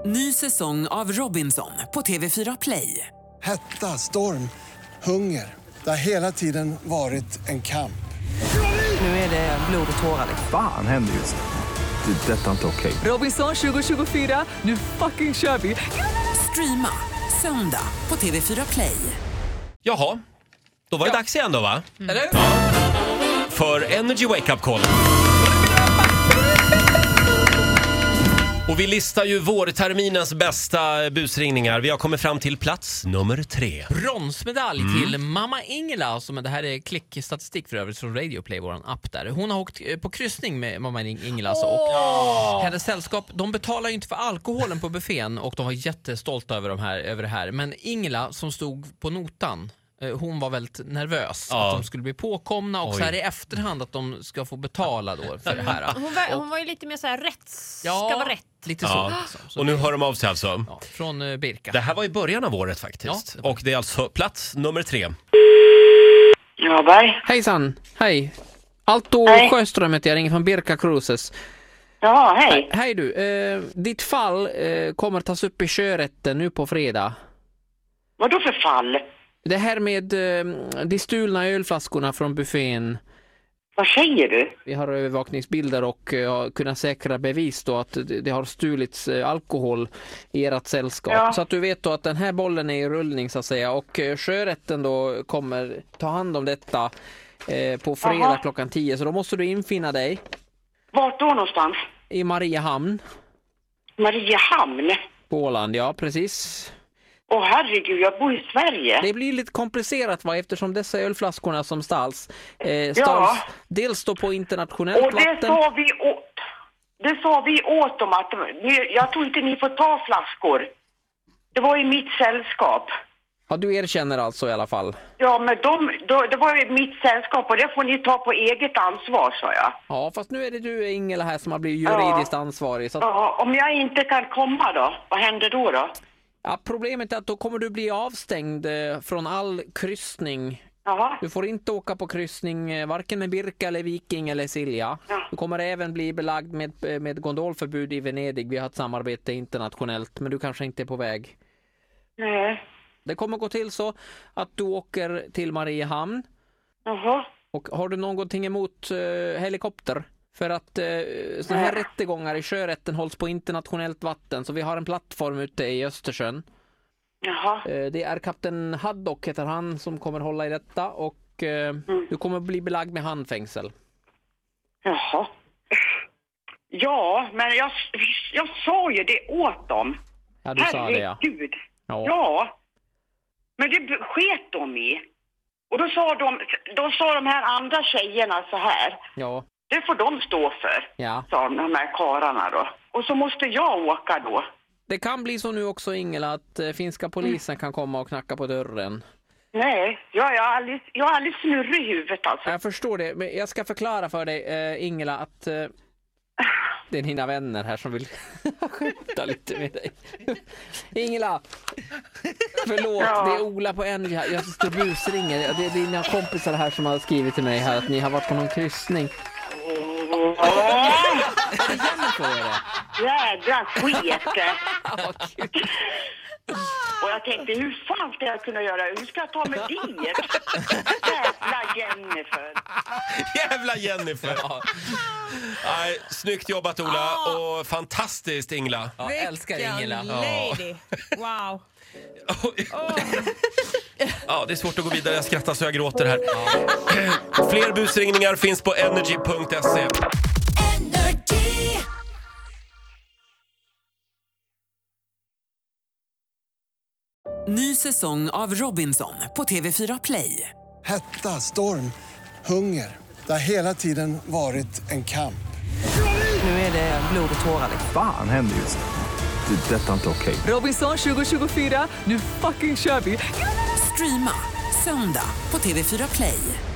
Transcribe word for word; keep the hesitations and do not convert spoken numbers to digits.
Ny säsong av Robinson på T V fyra Play. Hetta, storm, hunger. Det har hela tiden varit en kamp. Nu är det blod och tårar. Fan händer just det. Det är detta inte okej. Robinson tjugo tjugofyra, nu fucking kör vi. Streama söndag på T V fyra Play. Jaha, då var det ja. dags igen då va? Mm. Eller? Ja. För Energy Wake Up Call. Och vi listar ju vårterminens bästa busringningar. Vi har kommit fram till plats nummer tre. Bronsmedalj mm. till mamma Ingela. Som det här är klickstatistik för övrigt från Radio Play, våran app där. Hon har åkt på kryssning med mamma Ingela. Oh. Och hennes sällskap, de betalar ju inte för alkoholen på buffén. Och de var jättestolta över, de här, över det här. Men Ingela som stod på notan, hon var väldigt nervös ja. att de skulle bli påkomna och Oj. så här i efterhand att de ska få betala då för det här. Hon var, hon var ju lite mer så här rätt, ja, ska vara rätt. Lite så. Ja. Liksom. så. Och nu hör de av sig alltså. Ja, från uh, Birka. Det här var i början av året faktiskt. Ja, och det är alltså plats nummer tre. Ja, bye. Hejsan, hej. Alto hej. Sjöström heter jag, ringer från Birka Cruises. Ja, hej. He- hej du, eh, ditt fall eh, kommer tas upp i sjörätten nu på fredag. Vad då för fall? Det här med eh, de stulna ölflaskorna från buffén. Vad säger du? Vi har övervakningsbilder och uh, har kunnat säkra bevis då att det, det har stulits uh, alkohol i ert sällskap. Ja. Så att du vet då att den här bollen är i rullning så att säga. Och uh, sjörätten då kommer ta hand om detta uh, på fredag Aha. klockan tio. Så då måste du infinna dig. Vart då någonstans? I Mariehamn. Mariehamn? På Åland, ja precis. Åh oh, herregud, jag bor i Sverige. Det blir lite komplicerat va, eftersom dessa ölflaskorna som stals, eh, stals ja. dels då på internationellt och det vatten. Sa vi åt, det sa vi åt dem att ni, jag tror inte ni får ta flaskor. Det var i mitt sällskap. Ja, du erkänner alltså i alla fall. Ja, men de, de, det var ju mitt sällskap och det får ni ta på eget ansvar, sa jag. Ja, fast nu är det du Ingela här som har blivit juridiskt ja. ansvarig. Så att... Ja, om jag inte kan komma då, vad händer då då? Ja, problemet är att då kommer du bli avstängd eh, från all kryssning. Aha. Du får inte åka på kryssning eh, varken med Birka eller Viking eller Silja. Ja. Du kommer även bli belagd med, med gondolförbud i Venedig. Vi har ett samarbete internationellt, men du kanske inte är på väg. Nej. Det kommer gå till så att du åker till Mariehamn. Jaha. Och har du någonting emot eh, helikopter? För att eh, såna här ja. rättegångar i sjörätten hålls på internationellt vatten. Så vi har en plattform ute i Östersjön. Jaha. Eh, det är kapten Haddock heter han som kommer hålla i detta. Och eh, mm. du kommer bli belagd med handfängsel. Jaha. Ja, men jag, jag sa ju det åt dem. Ja, du sa det ja. Herregud. Ja. ja. Men det sket de i. Och då sa de, då sa de här andra tjejerna så här. Ja. Det får de stå för, ja. sa de här kararna då. Och så måste jag åka då. Det kan bli så nu också, Ingela, att eh, finska polisen mm. kan komma och knacka på dörren. Nej, jag är alldeles, jag är alldeles snurrig i huvudet alltså. Jag förstår det, men jag ska förklara för dig, eh, Ingela, att eh, det är dina vänner här som vill skämta lite med dig. Ingela, förlåt, ja. det är Ola på en. Jag, jag står busringer. Det är dina kompisar här som har skrivit till mig här att ni har varit på någon kryssning. Jädra skit. Och jag tänkte, hur fan ska jag kunna göra? Hur ska jag ta mig dit? Jävla Jennifer. Jävla Jennifer. Ja. Nej, snyggt jobbat Ola oh. och fantastiskt Ingela. Ja, jag älskar Ingela. Lady. Wow. Oh. Ja, det är svårt att gå vidare. Jag skrattar så jag gråter här. Ja. Fler busringningar finns på energy punkt se. Ny säsong av Robinson på T V fyra Play. Hetta, storm, hunger. Det har hela tiden varit en kamp. Nu är det blod och tårar. Fan händer just det. Det är detta inte okej. Robinson tjugo tjugofyra, nu fucking kör vi. Streama söndag på T V fyra Play.